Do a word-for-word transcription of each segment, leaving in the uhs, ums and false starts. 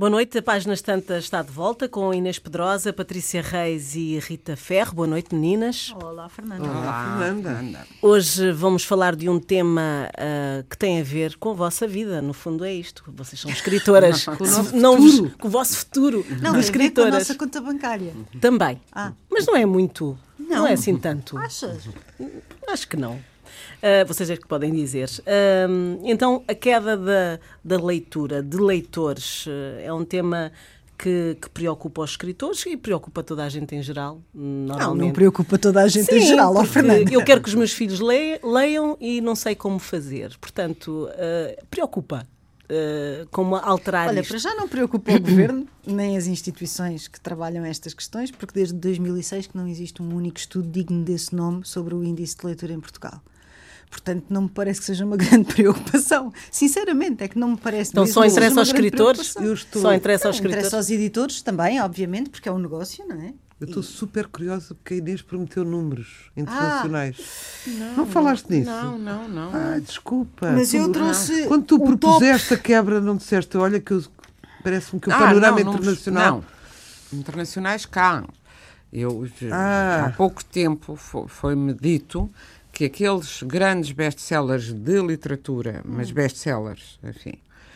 Boa noite, a Páginas Tantas está de volta com Inês Pedrosa, Patrícia Reis e Rita Ferro. Boa noite, meninas. Olá, Fernanda. Olá, Fernanda. Hoje vamos falar de um tema uh, que tem a ver com a vossa vida. No fundo é isto. Vocês são escritoras. Com o nosso não futuro. Vos, com o vosso futuro. Não, de tem a ver com a escritoras. nossa conta bancária. Também. Ah. Mas não é muito. Não, Não. é assim tanto. Achas? Acho que não. Uh, vocês é que podem dizer. Uh, então, a queda da, da leitura, de leitores, uh, é um tema que, que preocupa os escritores e preocupa toda a gente em geral, normalmente. Não, não preocupa toda a gente Sim, em geral, ó, porque Fernanda. eu quero que os meus filhos le, leiam e não sei como fazer. Portanto, uh, preocupa. Uh, como alterar Olha, isto. para já não preocupa o Governo, nem as instituições que trabalham estas questões, porque desde dois mil e seis que não existe um único estudo digno desse nome sobre o índice de leitura em Portugal. Portanto, não me parece que seja uma grande preocupação. Sinceramente, é que não me parece Então mesmo só que seja interessa uma aos grande escritores? preocupação. Eu estou, Só interessa aos Não, escritores? interessa aos editores também, obviamente, porque é um negócio, não é? eu estou super curiosa porque a Inês prometeu números Ah. internacionais. não, não falaste nisso? Não, não, não. Ah, desculpa. Mas Tu- eu trouxe Quando tu o propuseste a quebra, não disseste, olha que eu, parece-me que o Ah, panorama não, números- internacional... Não, internacionais cá. Eu, Ah. Há pouco tempo fo- foi-me dito que aqueles grandes best-sellers de literatura, mas best-sellers, enfim,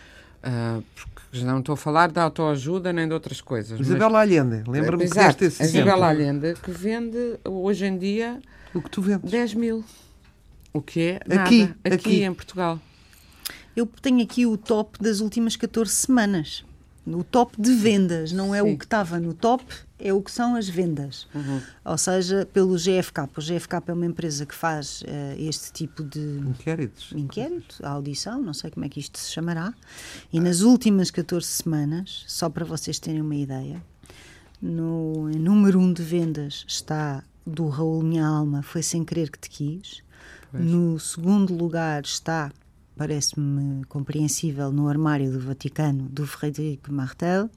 ah, porque não estou a falar de autoajuda nem de outras coisas. mas- Isabela Allende, lembra-me que Exato, deste esse a exemplo. Isabela Allende, que vende hoje em dia O que tu vendes. dez mil. O que é nada. Aqui, aqui, aqui. em Portugal. Eu tenho aqui o top das últimas catorze semanas. O top de vendas, não é Sim. o que estava no top, é o que são as vendas. Uhum. Ou seja, pelo G F K. O G F K é uma empresa que faz eh, este tipo de Inquéritos. inquérito, a audição, não sei como é que isto se chamará. E nas últimas catorze semanas, só para vocês terem uma ideia, no em número um de vendas está do Raul Minha Alma, Foi Sem Querer Que Te Quis. No segundo lugar está, parece-me compreensível, No Armário do Vaticano, do Frederico Martel.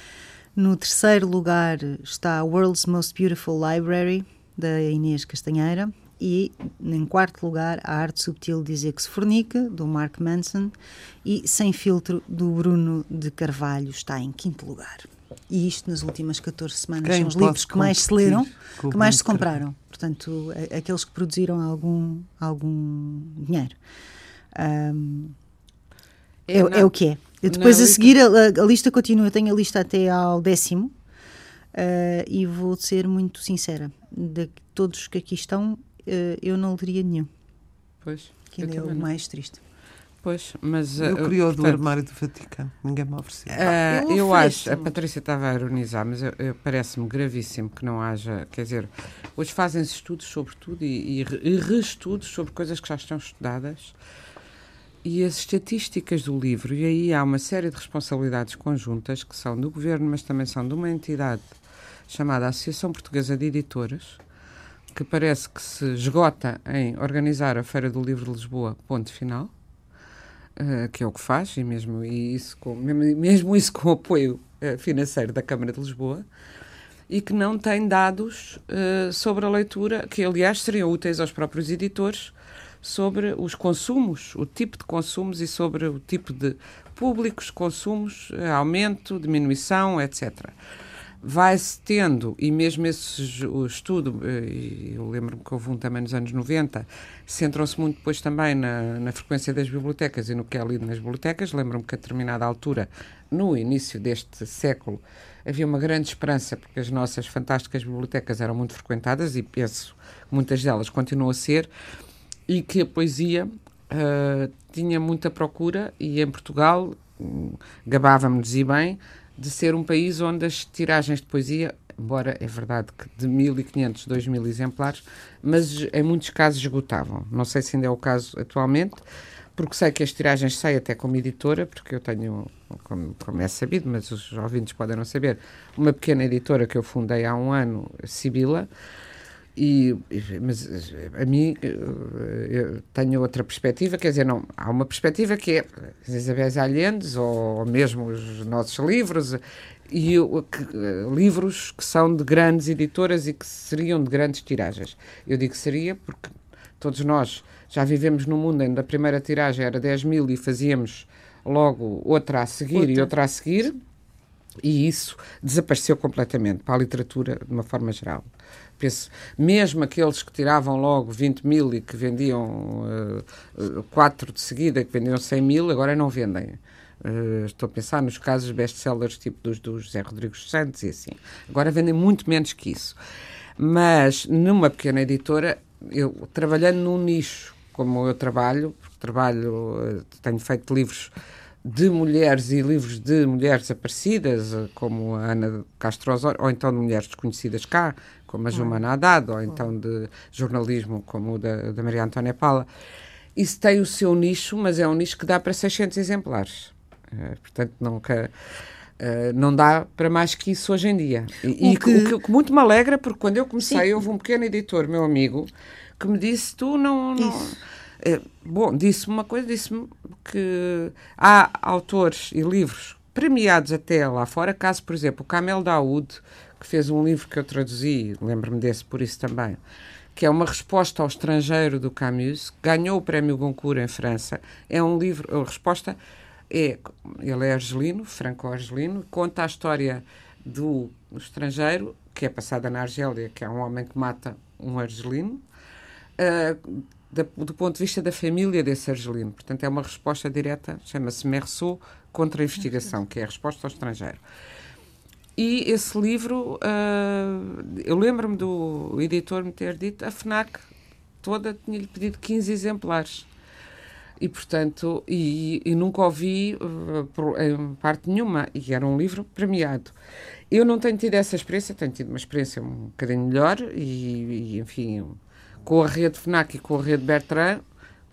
No terceiro lugar está World's Most Beautiful Library, da Inês Castanheira. E, em quarto lugar, A Arte Subtil de Dizer Que Se Fornica, do Mark Manson. E Sem Filtro, do Bruno de Carvalho, está em quinto lugar. E isto nas últimas catorze semanas Quem são os pode livros que mais se competir leram, com o que mais Bruno se compraram. Portanto, a- aqueles que produziram algum, algum dinheiro. Ahm, é, É, na- é o que é. Eu depois na a seguir a, a lista continua, eu tenho a lista até ao décimo ah, e vou ser muito sincera, de todos que aqui estão ah, eu não leria nenhum, Pois, que eu ainda é o também não. mais triste. Pois, mas... Eu ah, queria o do portanto, armário do Vaticano. Ninguém me ofereceu. Ah, eu eu ofereço. acho, a Patrícia estava a ironizar, mas eu- eu- parece-me gravíssimo que não haja, quer dizer, hoje fazem-se estudos sobre tudo e, e, re- e reestudos sobre coisas que já estão estudadas e as estatísticas do livro, e aí há uma série de responsabilidades conjuntas que são do governo, mas também são de uma entidade chamada Associação Portuguesa de Editoras, que parece que se esgota em organizar a Feira do Livro de Lisboa, ponto final. Uh, que é o que faz, e mesmo, e isso, com, mesmo, mesmo isso com o apoio uh, financeiro da Câmara de Lisboa, e que não tem dados uh, sobre a leitura, que aliás seriam úteis aos próprios editores, sobre os consumos, o tipo de consumos e sobre o tipo de públicos, consumos, uh, aumento, diminuição, etcétera. Vai-se tendo, e mesmo esse o estudo, eh, eu lembro-me que houve um também nos anos noventa, centram-se muito depois também na, na frequência das bibliotecas e no que é lido nas bibliotecas. Lembro-me que a determinada altura, no início deste século, havia uma grande esperança, porque as nossas fantásticas bibliotecas eram muito frequentadas, e penso que muitas delas continuam a ser, e que a poesia uh, tinha muita procura, e em Portugal, hum, gabávamos-nos e bem, de ser um país onde as tiragens de poesia, embora é verdade que de mil e quinhentos, dois mil exemplares, mas em muitos casos esgotavam. Não sei se ainda é o caso atualmente, porque sei que as tiragens saem até como editora, porque eu tenho, como, como é sabido, mas os ouvintes podem não saber, uma pequena editora que eu fundei há um ano, Sibila, e, mas a mim eu tenho outra perspectiva, quer dizer, não, há uma perspectiva que é as Isabéis Allendes ou, ou mesmo os nossos livros, e eu, que, livros que são de grandes editoras e que seriam de grandes tiragens. Eu digo seria porque todos nós já vivemos num mundo onde a primeira tiragem era dez mil e fazíamos logo outra a seguir outra. e outra a seguir. E isso desapareceu completamente para a literatura, de uma forma geral. Penso, mesmo aqueles que tiravam logo vinte mil e que vendiam uh, quatro de seguida, que vendiam cem mil, agora não vendem. Uh, estou a pensar nos casos best-sellers tipo dos do José Rodrigues Santos e assim. Agora vendem muito menos que isso. Mas numa pequena editora, eu trabalhando num nicho como eu trabalho, porque trabalho, tenho feito livros de mulheres e livros de mulheres desaparecidas, como a Ana Castro Osório, ou então de mulheres desconhecidas cá, como a Jumana Haddad, ou então de jornalismo, como o da, da Maria Antónia Paula. Isso tem o seu nicho, mas é um nicho que dá para seiscentos exemplares. Uh, portanto, nunca... Uh, não dá para mais que isso hoje em dia. E, o, que... E, o que muito me alegra, porque quando eu comecei, Sim. houve um pequeno editor, meu amigo, que me disse, tu não... não... É, bom, disse-me uma coisa, disse-me que há autores e livros premiados até lá fora, caso, por exemplo, o Kamel Daoud, que fez um livro que eu traduzi, lembro-me desse por isso também, que é uma resposta ao estrangeiro do Camus, ganhou o prémio Goncourt em França. É um livro, a resposta... É, ele é argelino, franco-argelino, conta a história do estrangeiro, que é passada na Argélia, que é um homem que mata um argelino, uh, da, do ponto de vista da família desse argelino. Portanto, é uma resposta direta, chama-se Meursault contra a investigação, que é a resposta ao estrangeiro. E esse livro, uh, eu lembro-me do editor me ter dito, a FNAC toda tinha-lhe pedido quinze exemplares. E, portanto, e, e nunca ouvi uh, por, em parte nenhuma, e era um livro premiado. Eu não tenho tido essa experiência, tenho tido uma experiência um bocadinho melhor, e, e enfim, com a rede FNAC e com a rede Bertrand,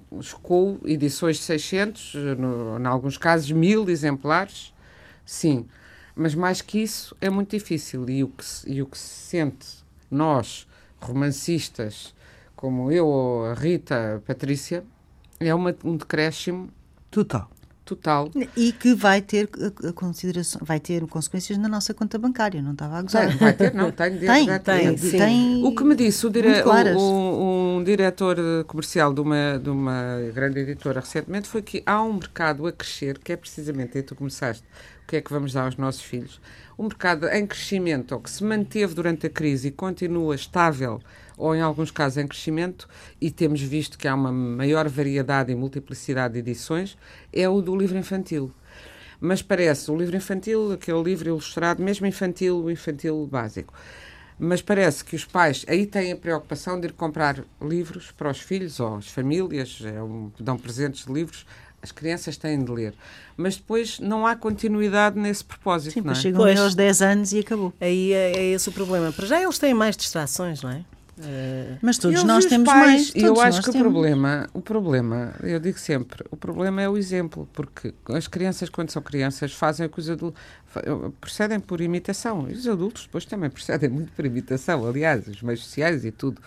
com edições de seiscentos, no, em alguns casos mil exemplares, sim. Mas mais que isso é muito difícil, e o que se, e o que se sente, nós, romancistas, como eu, ou a Rita, a Patrícia, é uma, um decréscimo total. total. E que vai ter a, a consideração, vai ter consequências na nossa conta bancária, não estava a gozar. Vai ter, não, tem, tem, tem, tem, tem, tem. O que me disse o dire, o, um, um diretor comercial de uma, de uma grande editora recentemente foi que há um mercado a crescer, que é precisamente aí tu começaste, o que é que vamos dar aos nossos filhos, um mercado em crescimento, ou que se manteve durante a crise e continua estável, ou em alguns casos em crescimento, e temos visto que há uma maior variedade e multiplicidade de edições, é o do livro infantil. Mas parece, o livro infantil, aquele livro ilustrado, mesmo infantil, o infantil básico, mas parece que os pais aí têm a preocupação de ir comprar livros para os filhos ou as famílias, é um, dão presentes de livros, as crianças têm de ler. Mas depois não há continuidade nesse propósito, Sim, não é? chegam pois, aos dez anos e acabou. Aí é, é esse o problema. Para já eles têm mais distrações, não é? Uh, mas todos eu nós temos pais, mais. E eu acho que temos. o problema, o problema, eu digo sempre, o problema é o exemplo, porque as crianças, quando são crianças, fazem o que os adultos procedem por imitação. E os adultos depois também procedem muito por imitação, aliás, os meios sociais e tudo.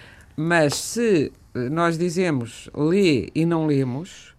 Mas se nós dizemos lê e não lemos,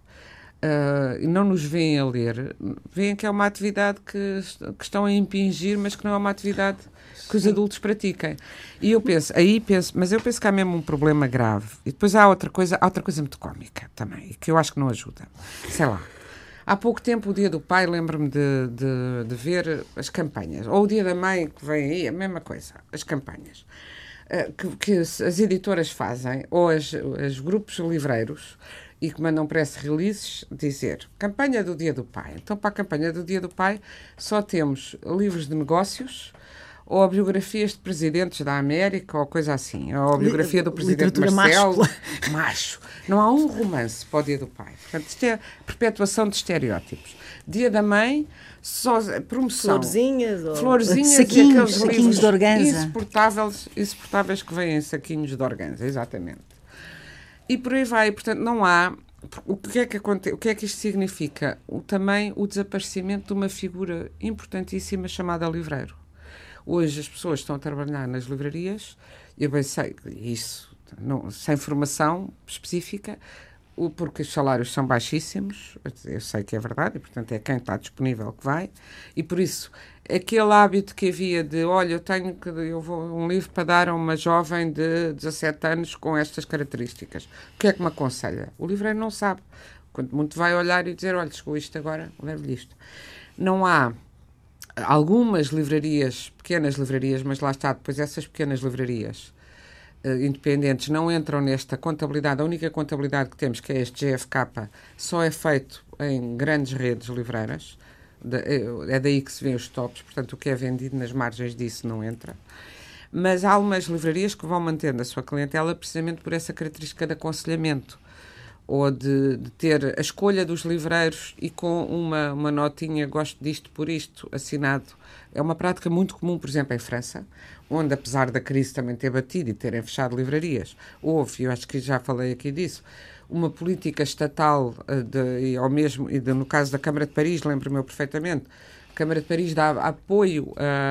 uh, e não nos veem a ler, veem que é uma atividade que, que estão a impingir, mas que não é uma atividade que os adultos pratiquem. E eu penso, aí penso, mas eu penso que há mesmo um problema grave. E depois há outra coisa, há outra coisa muito cómica também, que eu acho que não ajuda. Sei lá. Há pouco tempo, o Dia do Pai, lembro-me de, de, de ver as campanhas. Ou o Dia da Mãe, que vem aí, a mesma coisa, as campanhas. Uh, que, que as editoras fazem, ou as, os grupos livreiros, e que mandam press releases, dizer campanha do Dia do Pai. Então, para a campanha do Dia do Pai, só temos livros de negócios, ou biografias de presidentes da América, ou coisa assim. Ou a biografia do presidente Marcelo. Macho. Não há um romance para o Dia do Pai. Portanto, isto é perpetuação de estereótipos. Dia da Mãe, só promoção. Florzinhas. Ou... Florzinhas saquinhos, e aqueles saquinhos de organza. Insuportáveis, insuportáveis que vêm em saquinhos de organza, exatamente. E por aí vai. Portanto, não há... O que é que acontece? O que é que isto significa? O, também o desaparecimento de uma figura importantíssima chamada livreiro. Hoje as pessoas estão a trabalhar nas livrarias, eu bem sei isso, não, sem formação específica, porque os salários são baixíssimos, eu sei que é verdade, e portanto é quem está disponível que vai, e por isso aquele hábito que havia de, olha, eu tenho que, eu vou um livro para dar a uma jovem de dezassete anos com estas características, o que é que me aconselha? O livreiro não sabe, quando muito vai olhar e dizer, olha, chegou isto agora, leve-lhe isto. Não há algumas livrarias, pequenas livrarias, mas lá está, depois essas pequenas livrarias uh, independentes não entram nesta contabilidade. A única contabilidade que temos, que é este G F K, só é feito em grandes redes livreiras. De, é daí que se vêem os tops, portanto o que é vendido nas margens disso não entra. Mas há algumas livrarias que vão mantendo a sua clientela precisamente por essa característica de aconselhamento, ou de, de ter a escolha dos livreiros e com uma, uma notinha, gosto disto por isto, assinado. É uma prática muito comum, por exemplo, em França, onde, apesar da crise também ter batido e terem fechado livrarias, houve, eu acho que já falei aqui disso, uma política estatal, de, e ao mesmo, e de, no caso da Câmara de Paris, lembro-me eu perfeitamente, a Câmara de Paris dá apoio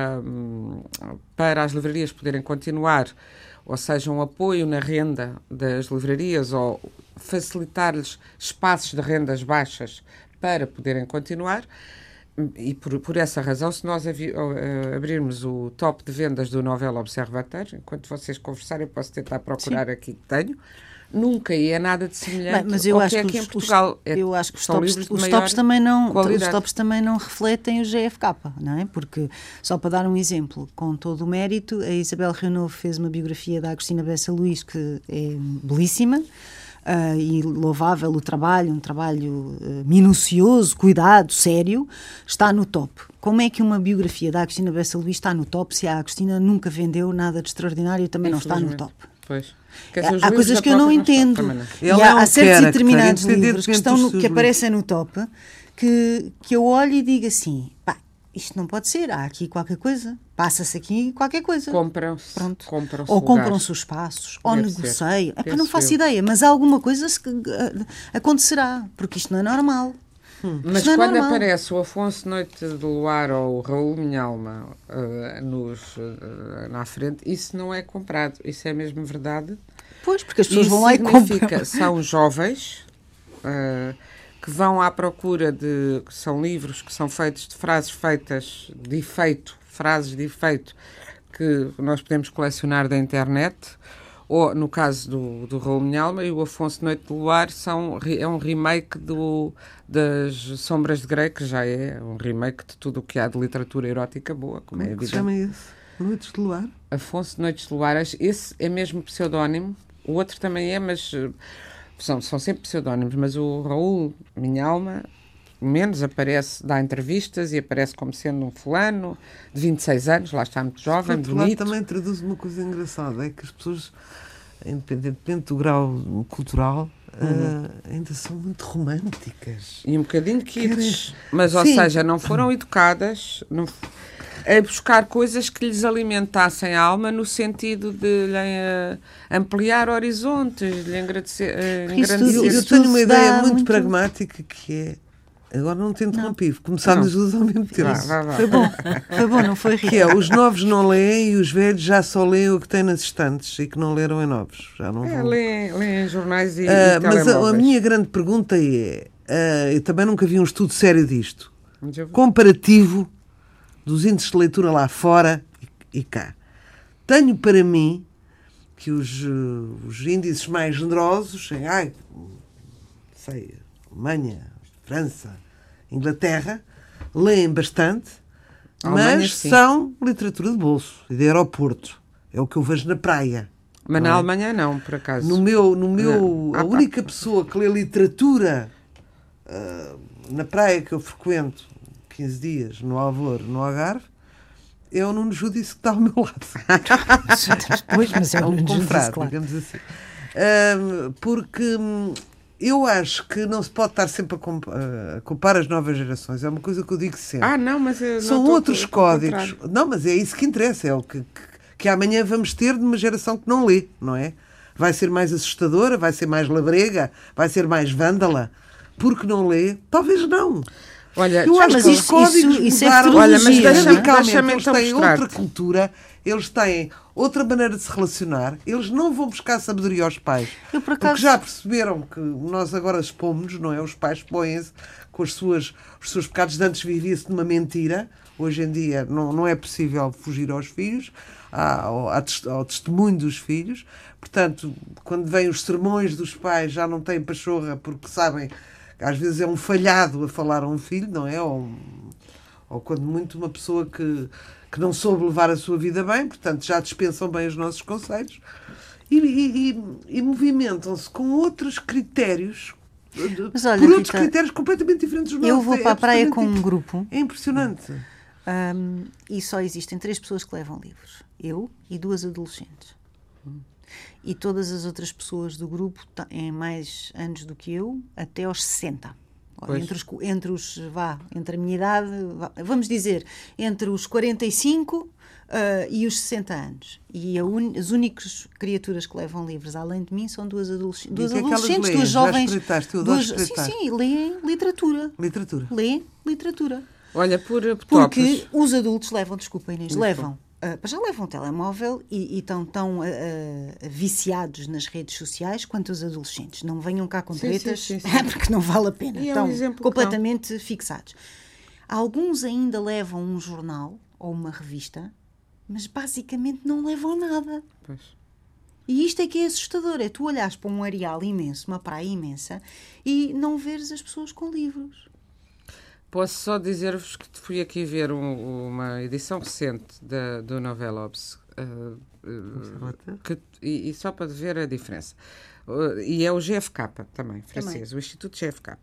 uh, para as livrarias poderem continuar, ou seja, um apoio na renda das livrarias ou facilitar-lhes espaços de rendas baixas para poderem continuar. E por, por essa razão, se nós avi, uh, abrirmos o top de vendas do Novel Observateur, enquanto vocês conversarem, eu posso tentar procurar. Sim. Aqui que tenho. Nunca é nada de semelhante. Bem, mas eu ao acho que é que aqui os, em Portugal. Os, eu acho que os tops, os maior tops também não, qualidade. os tops também não refletem o G F K, não é? Porque, só para dar um exemplo, com todo o mérito, a Isabel Renaud fez uma biografia da Agostina Bessa Luís que é belíssima. Uh, e louvável o trabalho, um trabalho uh, minucioso, cuidado, sério, está no top. Como é que uma biografia da Agostina Bessa Luís está no top se a Agostina nunca vendeu nada de extraordinário e também não está no top? Pois. Dizer, há coisas que eu não entendo. Não e há, é um há certos e determinados character, livros que, estão no, que aparecem no top que, que eu olho e digo assim, pá, isto não pode ser, há aqui qualquer coisa, passa-se aqui qualquer coisa. Compram-se. Pronto. Compram-se ou lugares. Compram-se os espaços, ou Deve negociam. É para não Penso faço eu. ideia, mas alguma coisa se, uh, acontecerá, porque isto não é normal. Hum. Mas não é quando normal. aparece o Afonso Noite de Luar ou o Raul Minhalma uh, nos, uh, na frente, isso não é comprado, isso é mesmo verdade. Pois, porque as pessoas isso vão lá e significa, compram. São jovens uh, que vão à procura de... que são livros que são feitos de frases feitas de efeito, frases de efeito que nós podemos colecionar da internet, ou no caso do, do Raul Minhalma e o Afonso Noite de Luar são, é um remake do, das Sombras de Grey, que já é um remake de tudo o que há de literatura erótica boa, como, Como é é que evidente. se chama esse? Noites de Luar? Afonso Noites de Luar, esse é mesmo pseudónimo, o outro também é, mas são, são sempre pseudónimos, mas o Raul Minhalma menos aparece, dá entrevistas e aparece como sendo um fulano de vinte e seis anos, lá está muito jovem, Por outro bonito. lado, também traduz uma coisa engraçada, é que as pessoas, independentemente do grau cultural, uhum. uh, ainda são muito românticas. E um bocadinho kitsch, Querem... mas, ou Sim. seja, não foram educadas não, a buscar coisas que lhes alimentassem a alma no sentido de lhe uh, ampliar horizontes, lhe engrandecer. Uh, engrandecer. Eu, eu tenho uma ideia muito, muito pragmática que é. Agora não te interrompi, começámos as duas ao mesmo tempo. Vá, vá, vá. Foi bom, foi bom, não foi, Rita? Que é, os novos não leem e os velhos já só leem o que têm nas estantes e que não leram em novos. Já não É, vão. leem, leem jornais e, Uh, e mas a, a telemóveis. minha grande pergunta é, uh, eu também nunca vi um estudo sério disto, Mas eu- comparativo dos índices de leitura lá fora e, e cá. Tenho para mim que os, uh, os índices mais generosos, em, ai, sei, Alemanha, França, Inglaterra, leem bastante, A Alemanha, mas sim. são literatura de bolso e de aeroporto. É o que eu vejo na praia. Mas não na é? Alemanha não, por acaso. No meu, no meu, Ah, a pá. única pessoa que lê literatura uh, na praia que eu frequento quinze dias, no Alvor, no Algarve, é o Nuno Judice que está ao meu lado. Pois, mas é É um um confrade, claro. digamos assim. Um, porque hum, eu acho que não se pode estar sempre a, comp a culpar as novas gerações. É uma coisa que eu digo sempre. Ah, não, mas eu não São estou- outros estou ao códigos. contrário. Não, mas é isso que interessa. É o que, que, que amanhã vamos ter de uma geração que não lê, não é? Vai ser mais assustadora, vai ser mais labrega, vai ser mais vândala. Porque não lê? Talvez não. Olha, Eu acho mas que os isso- códigos isso- isso é mudaram Olha, mas deixa-me- radicalmente. deixa-me Eles então têm mostrar-te. outra cultura, eles têm outra maneira de se relacionar, eles não vão buscar sabedoria aos pais. Eu, por acaso- Porque já perceberam que nós agora expomos-nos, não é? Os pais expõem-se com as suas, os seus pecados. De antes vivia-se numa mentira. Hoje em dia não, não é possível fugir aos filhos, ao, ao testemunho dos filhos. Portanto, quando vêm os sermões dos pais, já não têm pachorra porque sabem que às vezes é um falhado a falar a um filho, não é? Ou um, ou quando muito uma pessoa que, que não soube levar a sua vida bem, portanto já dispensam bem os nossos conselhos, e, e, e, e movimentam-se com outros critérios, Mas olha, por outros Rita, critérios completamente diferentes dos nossos. eu vou É para a praia com absolutamente um grupo. É impressionante. Um, e só existem três pessoas que levam livros. Eu e duas adolescentes. E todas as outras pessoas do grupo têm mais anos do que eu, até aos sessenta. Pois. Entre os, entre os, vá, entre a minha idade, vá, vamos dizer, entre os quarenta e cinco uh, e os sessenta anos. E a un, as únicas criaturas que levam livros, além de mim, são duas adolescentes. Duas que é que elas adolescentes, leem? duas Já jovens. espreitaste? Eu adoro Duas, sim, espreitar. sim, leem literatura. Literatura. Lêem literatura. Olha, por Porque tópicos. os adultos levam, desculpa Inês, Muito levam, uh, já levam um telemóvel e, e estão tão uh, uh, viciados nas redes sociais quanto os adolescentes. Não venham cá com Sim, tretas, sim, sim, sim. porque não vale a pena. E é um Estão exemplo que completamente fixados. Alguns ainda levam um jornal ou uma revista, mas basicamente não levam nada. Pois. E isto é que é assustador, é tu olhares para um areal imenso, uma praia imensa, e não veres as pessoas com livros. Posso só dizer-vos que fui aqui ver um, uma edição recente da, do Novelops, uh, uh, que, e, e só para ver a diferença. Uh, e é o G F K também, francês, Também. o Instituto G F K.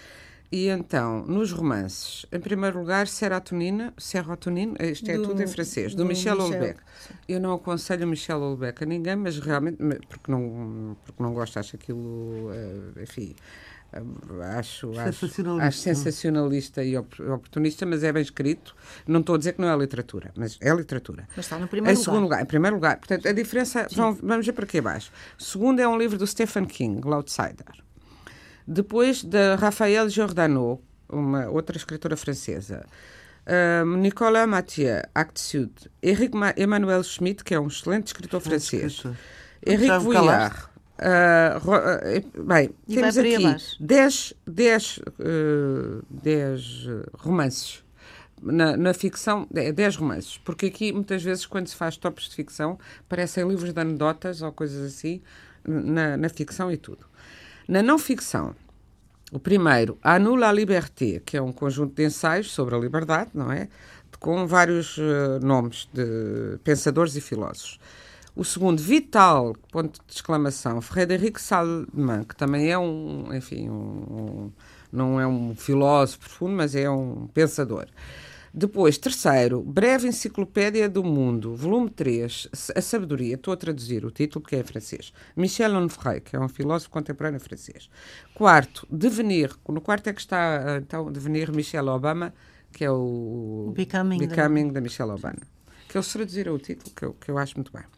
E então, nos romances, em primeiro lugar, Serotonina, Serotonina, isto é Do- tudo em francês, do, do Michel Michel, Houellebecq. Eu não aconselho Michel Houellebecq a ninguém, mas realmente, porque não, porque não gosto, acho aquilo, uh, enfim, uh, acho, acho, Sensacionalista. acho sensacionalista e op- oportunista, mas é bem escrito. Não estou a dizer que não é literatura, mas é literatura. Mas está no Em primeiro segundo lugar. lugar, em primeiro lugar, portanto, a diferença, vamos, vamos ver para aqui abaixo. Segundo é um livro do Stephen King, O Outsider. Depois, da Raphaël Giordano, uma outra escritora francesa. Um, Nicolas Mathieu, Actes Sud. Éric Ma- Emmanuel Schmitt, que é um excelente escritor francês. escritor. Henrique Já me Vuillard. Uh, ro- uh, bem, E temos vai por aí aqui abaixo. dez, dez, uh, dez uh, romances. Na, na ficção, dez romances. Porque aqui, muitas vezes, quando se faz tops de ficção, parecem livros de anedotas ou coisas assim, na, na ficção e tudo. Na não-ficção, o primeiro, A nous la liberté, que é um conjunto de ensaios sobre a liberdade, não é? Com vários uh, nomes de pensadores e filósofos. O segundo, Vital, ponto de exclamação, Frédéric Salman, que também é um, enfim, um, um, não é um filósofo profundo, mas é um pensador. Depois, terceiro, Breve Enciclopédia do Mundo, volume três, A Sabedoria. Estou a traduzir o título, porque é em francês. Michel Onfray, que é um filósofo contemporâneo francês. Quarto, Devenir. No quarto é que está, então, Devenir Michel Obama, que é o Becoming, Becoming da Michelle Obama. Que eles traduziram o título, que eu, que eu acho muito bem.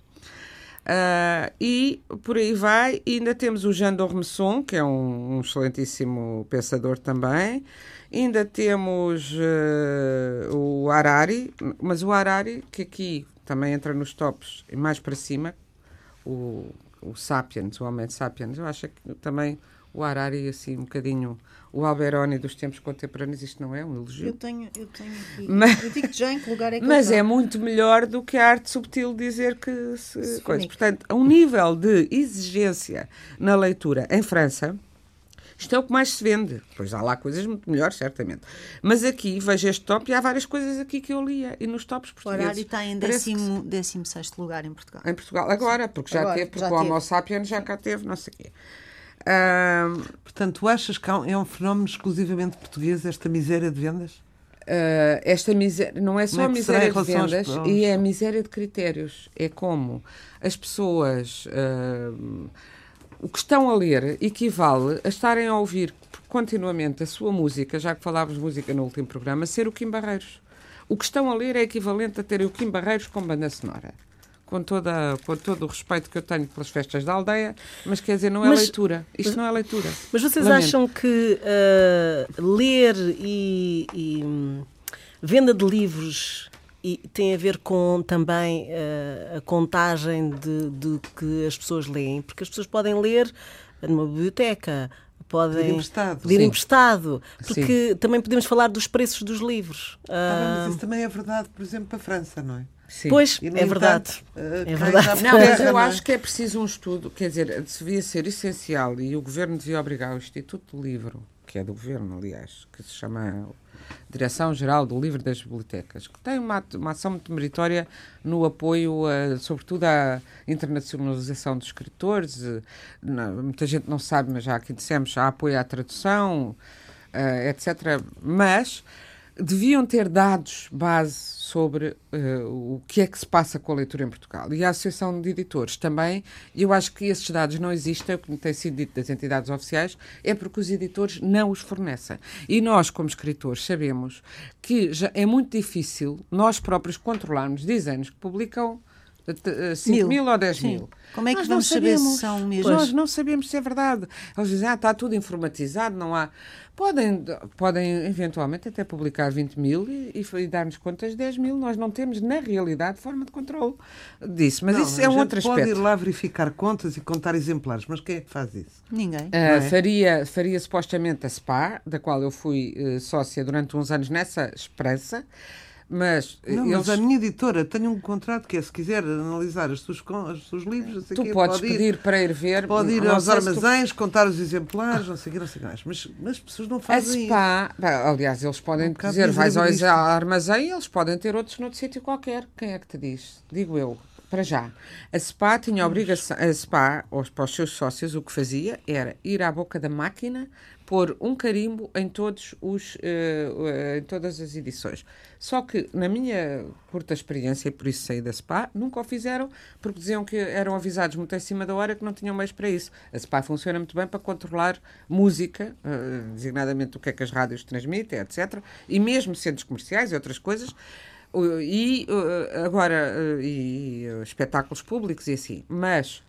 Uh, e por aí vai. E ainda temos o Jean d'Ormesson, que é um, um excelentíssimo pensador também. Ainda temos uh, o Harari, mas o Harari, que aqui também entra nos tops e mais para cima, o, o Sapiens, o Homem Sapiens. Eu acho que também o Harari, assim, um bocadinho o Alberoni dos tempos contemporâneos, isto não é um elogio. Eu tenho, eu tenho aqui. Mas- eu digo já em que lugar é que Mas ele é está. muito melhor do que a arte subtil dizer que se, Se coisa. comunica. Portanto, a um nível de exigência na leitura em França, isto é o que mais se vende. Pois há lá coisas muito melhores, certamente. Mas aqui, vejo este top e há várias coisas aqui que eu lia. E nos tops O portugueses. horário está em parece que décimo, décimo sexto lugar em Portugal. em Portugal. Agora, porque já Agora, teve, porque já o Homo teve. sapiens já cá teve, não sei o quê. Ahm, Portanto, tu achas que há um- é um fenómeno exclusivamente português, esta miséria de vendas? Uh, esta miséria, não é só Como é a que será em miséria de relação aos- vendas, aos- e é a miséria de critérios. É como as pessoas, uh, o que estão a ler equivale a estarem a ouvir continuamente a sua música, já que falávamos de música no último programa, ser o Kim Barreiros. O que estão a ler é equivalente a terem o Kim Barreiros com banda sonora. Com, toda, com todo o respeito que eu tenho pelas festas da aldeia, mas quer dizer, não é Mas- leitura. Isto não é leitura. Mas vocês Lamento. acham que uh, ler e, e, hum, venda de livros e tem a ver com também uh, a contagem de, de que as pessoas leem? Porque as pessoas podem ler numa biblioteca, podem Pedir emprestado. pedir Sim. emprestado, porque também podemos falar dos preços dos livros. Ah, mas Uh, isso também é verdade, por exemplo, para a França, não é? Sim. pois, E, no é verdade. entanto, eh, É quem verdade. já Não, mas percebe, eu não é? acho que é preciso um estudo, quer dizer, devia ser essencial e o Governo devia obrigar o Instituto do Livro, que é do Governo, aliás, que se chama Direção-Geral do Livro das Bibliotecas, que tem uma, uma ação muito meritória no apoio, a, sobretudo, à internacionalização dos escritores. Não, muita gente não sabe, mas já aqui dissemos, há apoio à tradução, uh, etcétera. Mas deviam ter dados base sobre uh, o que é que se passa com a leitura em Portugal. E a Associação de Editores também, eu acho que esses dados não existem, o que tem sido dito das entidades oficiais, é porque os editores não os fornecem. E nós, como escritores, sabemos que já é muito difícil nós próprios controlarmos, dizem-nos que publicam cinco mil ou dez mil. Como é que nós vamos saber se são mesmo? Nós não sabemos se é verdade. Eles dizem, ah, está tudo informatizado, não há... Podem, podem eventualmente até publicar vinte mil e, e, e dar-nos contas de dez mil. Nós não temos, na realidade, forma de controle disso. Mas não, isso é um outro aspecto. Pode ir lá verificar contas e contar exemplares, mas quem é que faz isso? Ninguém. Uh, é? faria, faria supostamente a S P A, da qual eu fui uh, sócia durante uns anos nessa esperança. Mas, não, eles... mas a minha editora tem um contrato que é, se quiser analisar os seus, os seus livros, não sei tu quê, podes pode pedir ir, para ir ver. pode ir não aos sei se armazéns, tu... contar os exemplares, não sei o quê, não sei o quê mais. Mas, mas as pessoas não fazem a S P A, isso. Aliás, eles podem um dizer, vais ao armazém e eles podem ter outros noutro sítio qualquer. Quem é que te diz? Digo eu. Para já. A S P A tinha a obrigação, a S P A, ou para os seus sócios, o que fazia era ir à boca da máquina, pôr um carimbo em, todos os, uh, uh, em todas as edições. Só que, na minha curta experiência, e por isso saí da S P A, nunca o fizeram, porque diziam que eram avisados muito em cima da hora que não tinham meios para isso. A S P A funciona muito bem para controlar música, uh, designadamente o que é que as rádios transmitem, etcétera. E mesmo centros comerciais e outras coisas. E agora e espetáculos públicos e assim, mas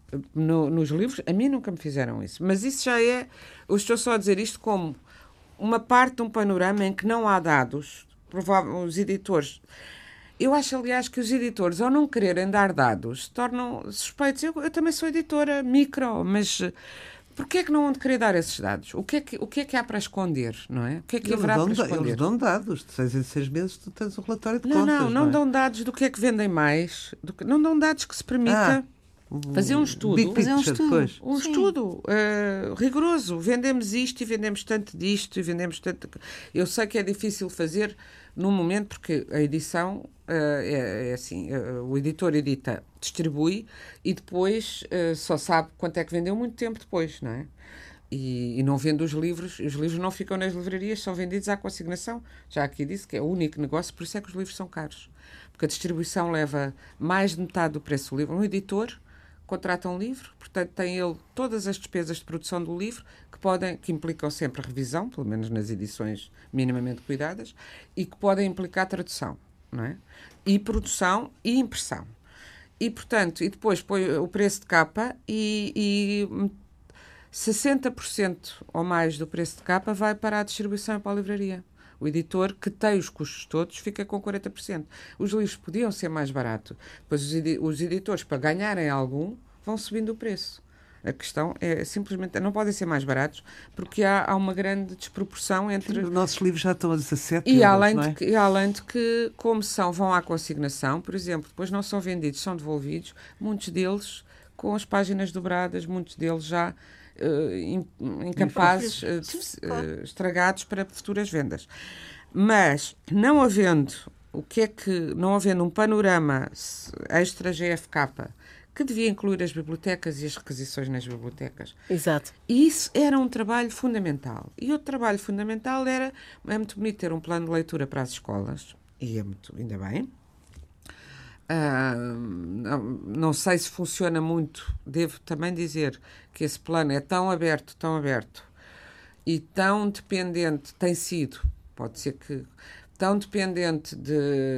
no, nos livros a mim nunca me fizeram isso, mas isso já é, eu estou só a dizer isto como uma parte de um panorama em que não há dados, provavelmente os editores, eu acho aliás que os editores ao não quererem dar dados se tornam suspeitos. Eu, eu também sou editora micro, mas porquê é que não vão querer dar esses dados? O que é que, o que, é que há para esconder, não é? O que é que eles haverá dão, para esconder? Eles dão dados. De seis em seis meses tu tens um relatório de não, contas. Não, não, não não é? dão dados do que é que vendem mais. Do que, não dão dados que se permita ah, fazer um estudo. Big fazer um estudo. Depois. Um Sim. estudo uh, rigoroso. Vendemos isto e vendemos tanto disto e vendemos tanto... Eu sei que é difícil fazer num momento, porque a edição uh, é, é assim, uh, o editor edita, distribui e depois uh, só sabe quanto é que vendeu muito tempo depois, não é? E, e não vende os livros, os livros não ficam nas livrarias, são vendidos à consignação. Já aqui disse que é o único negócio, por isso é que os livros são caros. Porque a distribuição leva mais de metade do preço do livro. Um editor contrata um livro, portanto tem ele todas as despesas de produção do livro, que, podem, que implicam sempre revisão, pelo menos nas edições minimamente cuidadas, e que podem implicar tradução, não é? E produção e impressão. E, portanto, e depois põe o preço de capa e... e sessenta por cento ou mais do preço de capa vai para a distribuição e para a livraria. O editor, que tem os custos todos, fica com quarenta por cento. Os livros podiam ser mais baratos. Depois os, edi- os editores, para ganharem algum, vão subindo o preço. A questão é simplesmente, não podem ser mais baratos, porque há, há uma grande desproporção entre... Os nossos livros já estão a dezassete E euros, além, não é? de que, e além de que, como são, vão à consignação, por exemplo, depois não são vendidos, são devolvidos, muitos deles com as páginas dobradas, muitos deles já... Uh, incapazes, uh, de, uh, estragados para futuras vendas. Mas, não havendo o que é que, não havendo um panorama extra G F K que devia incluir as bibliotecas e as requisições nas bibliotecas. Exato. E isso era um trabalho fundamental. E outro trabalho fundamental era, é muito bonito ter um plano de leitura para as escolas, e é muito, ainda bem. Uh, não, não sei se funciona muito, devo também dizer que esse plano é tão aberto, tão aberto e tão dependente, tem sido, pode ser que tão dependente de,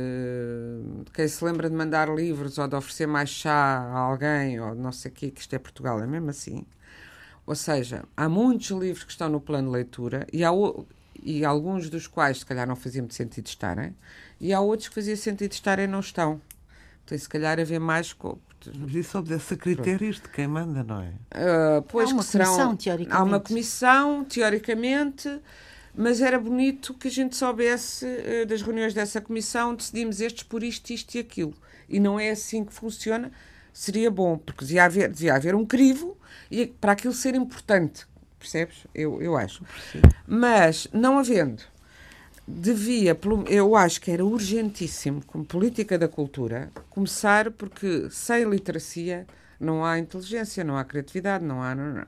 de quem se lembra de mandar livros ou de oferecer mais chá a alguém ou não sei o quê, que isto é Portugal, é mesmo assim. Ou seja, há muitos livros que estão no plano de leitura e, há, e alguns dos quais se calhar não fazia muito sentido estarem e há outros que fazia sentido estarem e não estão. Tem se calhar a ver mais com... Mas isso obedece a critérios de quem manda, não é? Uh, pois há uma que serão, comissão, teoricamente. Há uma comissão, teoricamente, mas era bonito que a gente soubesse uh, das reuniões dessa comissão, decidimos estes por isto, isto e aquilo. E não é assim que funciona. Seria bom, porque devia haver, devia haver um crivo e para aquilo ser importante. percebes? Eu, eu acho. Mas, não havendo, devia, eu acho que era urgentíssimo, como política da cultura, começar, porque sem literacia não há inteligência, não há criatividade, não há... Não, não.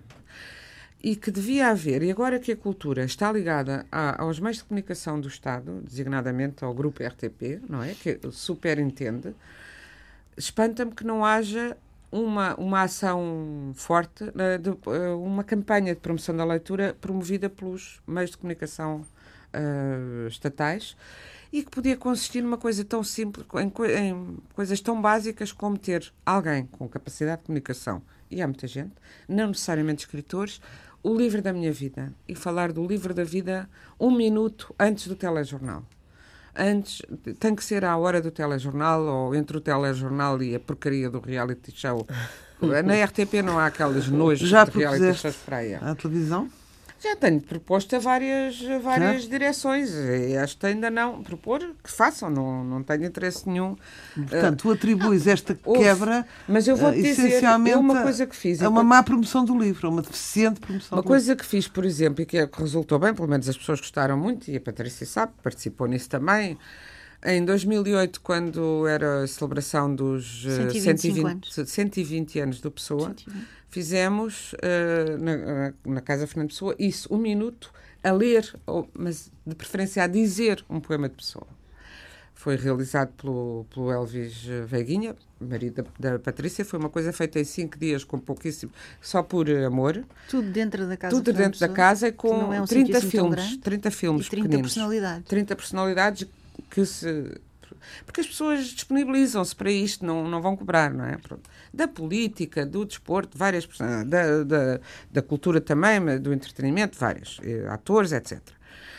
E que devia haver, e agora que a cultura está ligada a, aos meios de comunicação do Estado, designadamente ao grupo R T P, não é? Que superintende, espanta-me que não haja uma, uma ação forte, de, uma campanha de promoção da leitura promovida pelos meios de comunicação uh, estatais, e que podia consistir numa coisa tão simples, em, em coisas tão básicas como ter alguém com capacidade de comunicação, e há muita gente, não necessariamente escritores, o livro da minha vida, e falar do livro da vida um minuto antes do telejornal. Antes, tem que ser à hora do telejornal, ou entre o telejornal e a porcaria do reality show. Na R T P não há aquelas nojos Já de reality shows para aí. A televisão? Já tenho proposto a várias, várias direções. E acho que ainda não. Propor que façam, não, não tenho interesse nenhum. Portanto, tu atribuis esta quebra, mas eu vou-te uh, dizer, essencialmente, uma coisa que fiz. É uma má promoção do livro, uma deficiente promoção Uma do coisa livro. que fiz, por exemplo, e que resultou bem, pelo menos as pessoas gostaram muito, e a Patrícia sabe, participou nisso também. Em dois mil e oito, quando era a celebração dos uh, cento e vinte anos. cento e vinte anos do Pessoa, cento e vinte. Fizemos uh, na, na Casa Fernando Pessoa isso, um minuto a ler, ou, mas de preferência a dizer um poema de Pessoa. Foi realizado pelo, pelo Elvis Veiguinha, marido da, da Patrícia. Foi uma coisa feita em cinco dias, com pouquíssimo, só por amor. Tudo dentro da casa. Tudo dentro da casa e com não é um trinta assim filmes. trinta filmes e trinta pequeninos. personalidades. trinta personalidades que se... Porque as pessoas disponibilizam-se para isto, não, não vão cobrar, não é? Da política, do desporto, várias pessoas, da, da, da cultura também, do entretenimento, várias, atores, etcétera.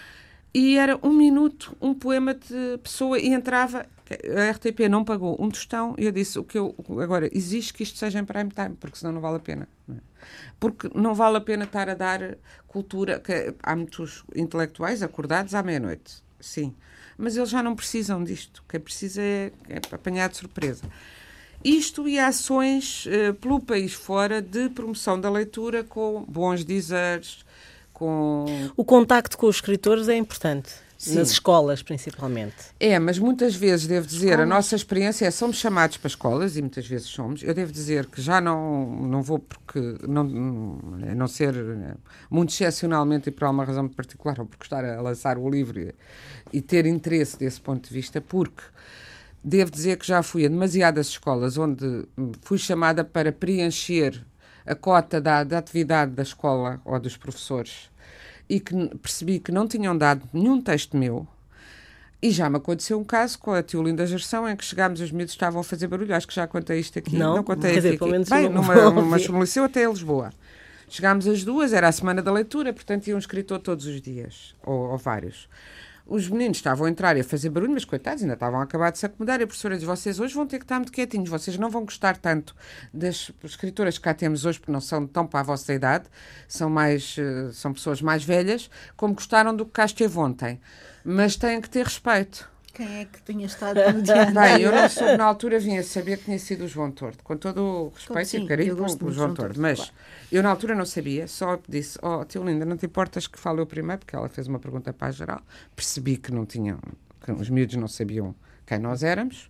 E era um minuto, um poema de Pessoa, e entrava, a R T P não pagou um tostão, e eu disse, o que eu, agora, exige que isto seja em prime time, porque senão não vale a pena. Não é? Porque não vale a pena estar a dar cultura, que há muitos intelectuais acordados à meia-noite, sim, mas eles já não precisam disto, quem precisa é, é apanhar de surpresa. Isto e ações uh, pelo país fora de promoção da leitura com bons dizeres, com... O contacto com os escritores é importante, Sim. nas escolas principalmente. É, mas muitas vezes, devo dizer, escolas. A nossa experiência é, somos chamados para escolas, e muitas vezes somos. Eu devo dizer que já não, não vou, porque não, a não ser muito excepcionalmente e por alguma razão muito particular, ou porque estar a lançar o livro e, e ter interesse desse ponto de vista, porque devo dizer que já fui a demasiadas escolas onde fui chamada para preencher a cota da, da atividade da escola ou dos professores, e que percebi que não tinham dado nenhum texto meu. E já me aconteceu um caso com a Teolinda Gerson, em que chegámos, os miúdos estavam a fazer barulho. Acho que já contei isto aqui. Não, não contei quer aqui. dizer, pelo menos Bem, não numa, numa liceu até Lisboa. Chegámos às duas, era a semana da leitura, portanto ia um escritor todos os dias, ou, ou vários. Os meninos estavam a entrar e a fazer barulho, mas coitados, ainda estavam a acabar de se acomodar. E a professora diz, vocês hoje vão ter que estar muito quietinhos, vocês não vão gostar tanto das escritoras que cá temos hoje, porque não são tão para a vossa idade, são, mais, são pessoas mais velhas, como gostaram do que cá esteve ontem. Mas têm que ter respeito. Quem é que tinha estado no dia? Bem, eu não soube, na altura vinha a saber que tinha sido o João Tordo, com todo o respeito Sim, e carinho pelo pelo João Tordo, mas claro. Eu na altura não sabia, só disse, oh, Teolinda, não te importas que fale eu primeiro, porque ela fez uma pergunta para a geral, percebi que não tinham, que os miúdos não sabiam quem nós éramos,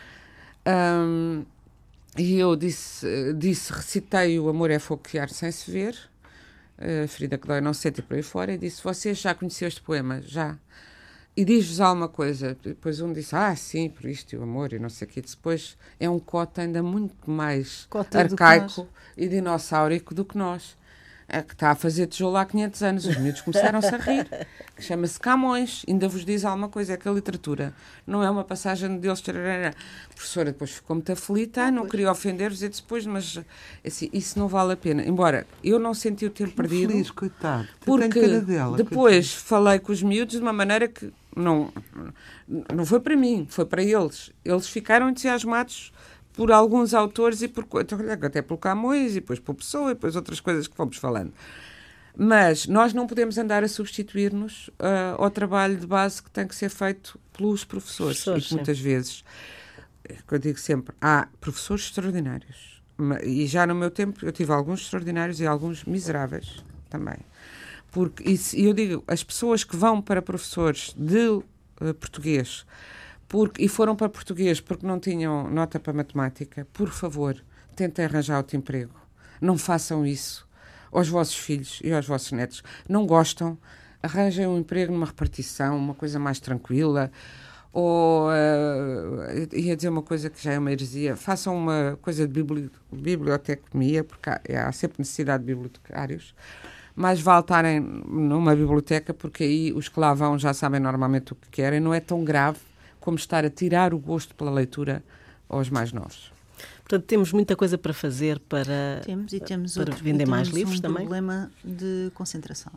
um, e eu disse, disse, recitei o Amor é fogo que arde sem se ver, a ferida que dói não se sente, e por aí fora, e disse, vocês já conheciam este poema? Já. E diz-vos alguma coisa. Depois um disse, ah, sim, por isto e o amor e não sei o quê. Depois é um cota ainda muito mais cota arcaico e dinossaurico do que nós. É que está a fazer tijolo há quinhentos anos. Os miúdos começaram-se a rir. Que chama-se Camões. Ainda vos diz alguma coisa. É que a literatura não é uma passagem deles. A professora depois ficou muito aflita. Ah, não queria ofender-vos. E depois, mas assim, isso não vale a pena. Embora eu não senti o tempo perdido. Feliz, coitado. Porque dela, depois coitado. Falei com os miúdos de uma maneira que não, não foi para mim, foi para eles. Eles ficaram entusiasmados por alguns autores e por até pelo Camões e depois pelo Pessoa e depois outras coisas que fomos falando. Mas nós não podemos andar a substituir-nos uh, ao trabalho de base que tem que ser feito pelos professores. professores e que muitas vezes, eu digo sempre, há professores extraordinários. E já no meu tempo eu tive alguns extraordinários e alguns miseráveis. também. Porque, e eu digo, as pessoas que vão para professores de uh, português porque, e foram para português porque não tinham nota para matemática, por favor, tentem arranjar outro emprego. Não façam isso aos vossos filhos e aos vossos netos. Não gostam, arranjem um emprego numa repartição, uma coisa mais tranquila. Ou, uh, ia dizer uma coisa que já é uma heresia, façam uma coisa de bibli- biblioteconomia, porque há, há sempre necessidade de bibliotecários. Mais vale estarem numa biblioteca, porque aí os que lá vão já sabem normalmente o que querem. Não é tão grave como estar a tirar o gosto pela leitura aos mais novos. Portanto, temos muita coisa para fazer para, temos, e temos para outro, vender e mais temos livros um também. problema de concentração.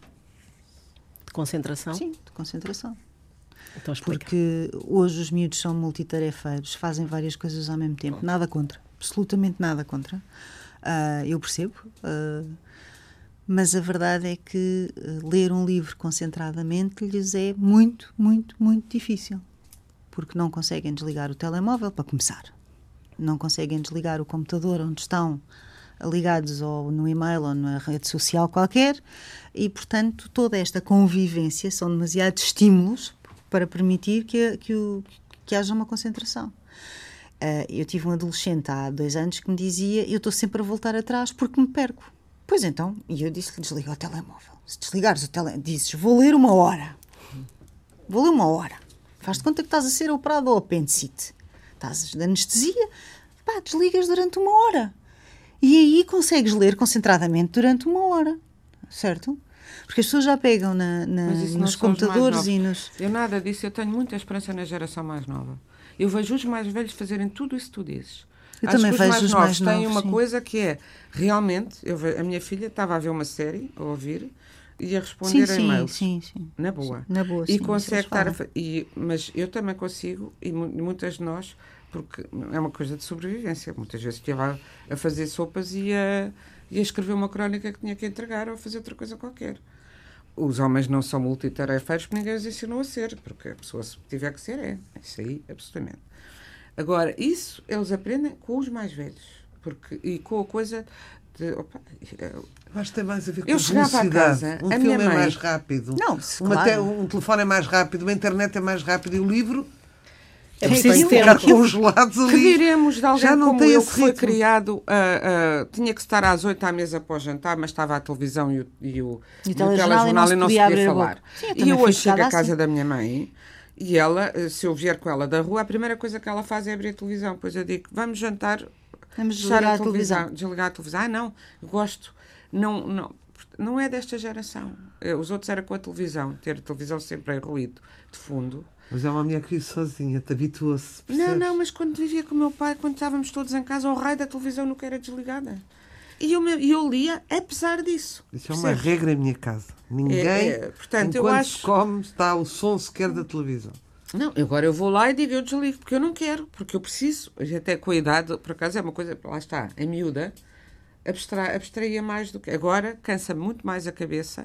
De concentração? Sim, de concentração. Então explica. Porque hoje os miúdos são multitarefeiros, fazem várias coisas ao mesmo tempo. Nada contra, absolutamente nada contra. Uh, eu percebo. Uh, Mas a verdade é que ler um livro concentradamente lhes é muito, muito, muito difícil. Porque não conseguem desligar o telemóvel, para começar. Não conseguem desligar o computador onde estão ligados ou no e-mail ou na rede social qualquer. E, portanto, toda esta convivência são demasiados estímulos para permitir que, que, o, que haja uma concentração. Uh, eu tive um adolescente há dois anos que me dizia: eu estou sempre a voltar atrás porque me perco. Pois então, e eu disse-lhe: desliga o telemóvel. Se desligares o telemóvel, dizes: vou ler uma hora. Vou ler uma hora. Faz-te conta que estás a ser operado ao apendicite. Estás de anestesia, pá, desligas durante uma hora. E aí consegues ler concentradamente durante uma hora. Certo? Porque as pessoas já pegam na, na, nos computadores e nos... Eu nada disso, eu tenho muita esperança na geração mais nova. Eu vejo os mais velhos fazerem tudo isso que tu dizes. Eu Acho também que os vejo mais os novos mais têm novos, uma sim. coisa que é, realmente, eu ve, a minha filha estava a ver uma série, a ouvir, e a sim, responder a sim, e-mails. Sim, sim. Na boa. Na boa, e sim, consegue estar a, falam. e Mas eu também consigo, e muitas de nós, porque é uma coisa de sobrevivência. Muitas vezes estive a, a fazer sopas e a, e a escrever uma crónica que tinha que entregar ou a fazer outra coisa qualquer. Os homens não são multitarefeiros porque ninguém os ensinou a ser, porque a pessoa, se tiver que ser, é. Isso aí, absolutamente. Agora, isso eles aprendem com os mais velhos. Porque, e com a coisa de... Opa, eu acho que tem mais a ver com eu a velocidade. Casa, um a filme minha é mãe, mais rápido. Não, uma claro. te, um telefone é mais rápido, uma internet é mais rápido e o livro... É tem preciso que ter ficar aquilo. congelados ali. Que diremos de alguém Já não como tem eu, esse que foi ritmo. criado, uh, uh, tinha que estar às oito à mesa para o jantar, mas estava a televisão e o, e o, E o e o telejornal e não se e não se podia podia abrir a falar. boca. Sim, eu E também eu fui hoje chego educada à casa assim. da minha mãe e ela, uh, se eu vier com ela da rua, a primeira coisa que ela faz é abrir a televisão. Pois eu digo: vamos jantar, Vamos fechar desligar a a televisão, televisão. desligar a televisão. Ah, não, gosto. Não, não, não é desta geração. Os outros era com a televisão, ter a televisão sempre em ruído de fundo. Mas é uma mulher que vive sozinha, te habituou-se. Não, percebes? não, mas quando vivia com o meu pai, quando estávamos todos em casa, o raio da televisão nunca era desligada. E eu, me- eu lia apesar disso. Isso é uma Percebes? regra em minha casa. Ninguém, É, é, portanto, eu enquanto acho- se come, está o som sequer da televisão. Não, agora eu vou lá e digo: eu desligo, porque eu não quero, porque eu preciso. E até com a idade, por acaso é uma coisa, lá está, em miúda, abstra, abstraía mais do que... Agora cansa muito mais a cabeça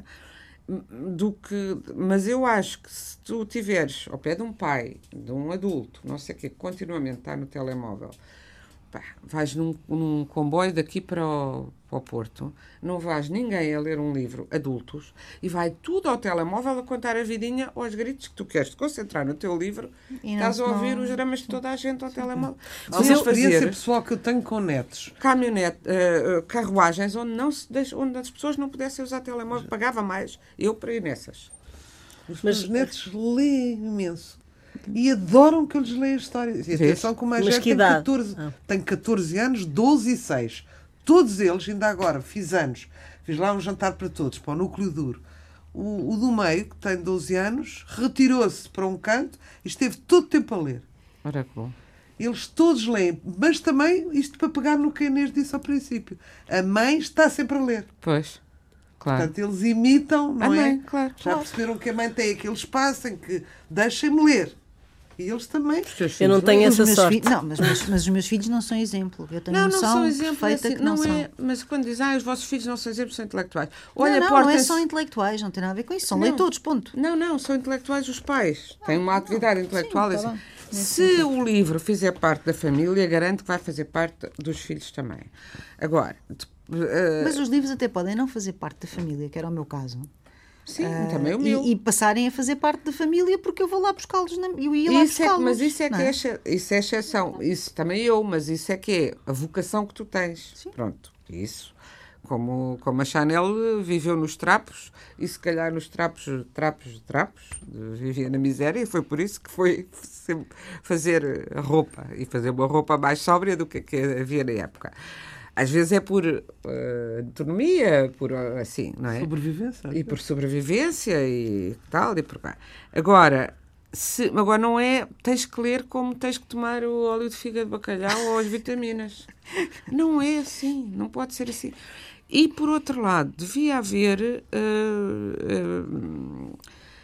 do que... Mas eu acho que se tu tiveres ao pé de um pai, de um adulto, não sei o quê, que continuamente está no telemóvel, pá, vais num, num comboio daqui para o, para o Porto, não vais ninguém a ler um livro, adultos, e vai tudo ao telemóvel a contar a vidinha aos gritos, que tu queres te concentrar no teu livro, E não- estás a ouvir não- os dramas de toda a gente ao telemóvel. Há uma Vocês experiência fazer pessoal que eu tenho com netos. caminhonete, eh, carruagens onde, não se deixa, onde as pessoas não pudessem usar telemóvel, pagava mais eu para ir nessas. Os Mas- meus netos leem imenso. E adoram que eu lhes leia histórias. E atenção que o mais Mas velho que tem idade? catorze, Ah. tem catorze anos, doze e seis. Todos eles, ainda agora, fiz anos. Fiz lá um jantar para todos, para o núcleo duro. O, o do meio, que tem doze anos, retirou-se para um canto e esteve todo o tempo a ler. Ora que bom. Eles todos leem, mas também, isto para pegar no que a Inês disse ao princípio, a mãe está sempre a ler. Pois, claro. Portanto, eles imitam, não A é? mãe, claro, Já claro. perceberam que a mãe tem aquele espaço em que deixem-me ler. E eles também. Eu não tenho Os essa meus sorte. fi- Não, mas, mas, mas os meus filhos não são exemplo. Eu tenho Não, não noção são exemplos, perfeita assim, que não, não são. é, mas quando dizem: ah, os vossos filhos não são exemplos, são intelectuais. Não, Olha, não, não é portem-se- só intelectuais, não tem nada a ver com isso. São Não. leitores, ponto. Não, não, são intelectuais os pais. Têm uma atividade intelectual. sim, assim. tá bem. Nesse Se o livro fizer parte da família, garanto que vai fazer parte dos filhos também. Agora, de- Uh, Mas os livros até podem não fazer parte da família, que era o meu caso. Sim, Uh, também o meu. E, e passarem a fazer parte da família porque eu vou lá buscá-los. Na, eu ia lá isso é, buscá-los. mas isso é, que é? é, exce- isso é exceção. Isso também eu, mas isso é que é a vocação que tu tens. Sim. Pronto, isso. Como, como a Chanel viveu nos trapos, e se calhar nos trapos, trapos, trapos, vivia na miséria, e foi por isso que foi fazer roupa, e fazer uma roupa mais sóbria do que, que havia na época. Às vezes é por uh, autonomia, por uh, assim, não é? Sobrevivência. E por sobrevivência e tal, e por cá. Agora, se, agora não é, tens que ler como tens que tomar o óleo de fígado de bacalhau ou as vitaminas. Não é assim, não pode ser assim. E, por outro lado, devia haver... Uh, uh,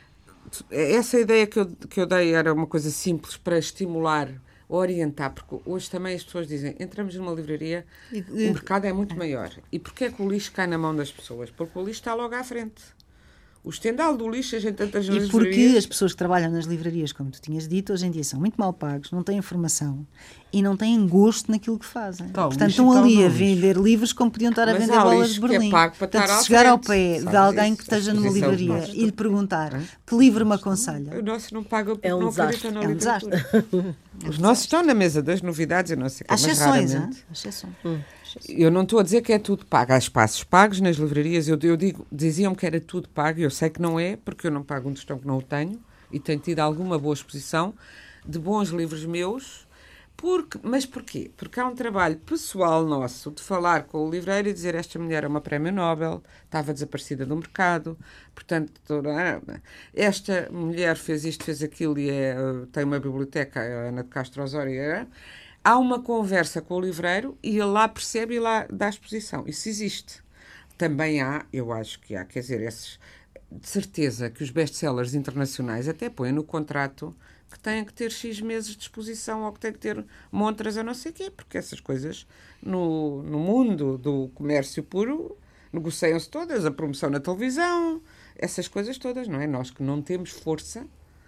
essa ideia que eu, que eu dei era uma coisa simples para estimular, orientar, porque hoje também as pessoas dizem, entramos numa livraria, o mercado é muito maior. E porquê é que o lixo cai na mão das pessoas? Porque o lixo está logo à frente. O estendal do lixo, a gente tantas E livrarias... porque as pessoas que trabalham nas livrarias, como tu tinhas dito, hoje em dia são muito mal pagos, não têm informação e não têm gosto naquilo que fazem. Tá, o Portanto, lixo estão está ali no a lixo. vender livros como podiam estar a Mas vender há bolas lixo de que é Berlim. pago para Portanto, estar à se chegar ao frente, pé sabes de alguém isso? que esteja A numa exposição livraria nossa. e lhe perguntar que livro me aconselha, O nosso não paga porque É um não desastre. acredita na é um literatura. desastre. Os nossos estão na mesa das novidades, eu não sei o que, Há mas exceções, raramente. hein? Há exceções. Eu não estou a dizer que é tudo pago. Há espaços pagos nas livrarias. Eu, eu digo, diziam que era tudo pago e eu sei que não é, porque eu não pago um tostão que não o tenho e tenho tido alguma boa exposição de bons livros meus. Porque, mas porquê? Porque há um trabalho pessoal nosso de falar com o livreiro e dizer esta mulher é uma prémio Nobel, estava desaparecida do mercado, portanto, toda, esta mulher fez isto, fez aquilo e é, tem uma biblioteca, a Ana de Castro Osório. É, há uma conversa com o livreiro e ele lá percebe e lá dá exposição. Isso existe. Também há, eu acho que há, quer dizer, esses, de certeza que os best-sellers internacionais até põem no contrato que têm que ter X meses de exposição ou que têm que ter montras a não sei o quê, porque essas coisas no, no mundo do comércio puro negociam-se todas, a promoção na televisão, essas coisas todas, não é? Nós que não temos força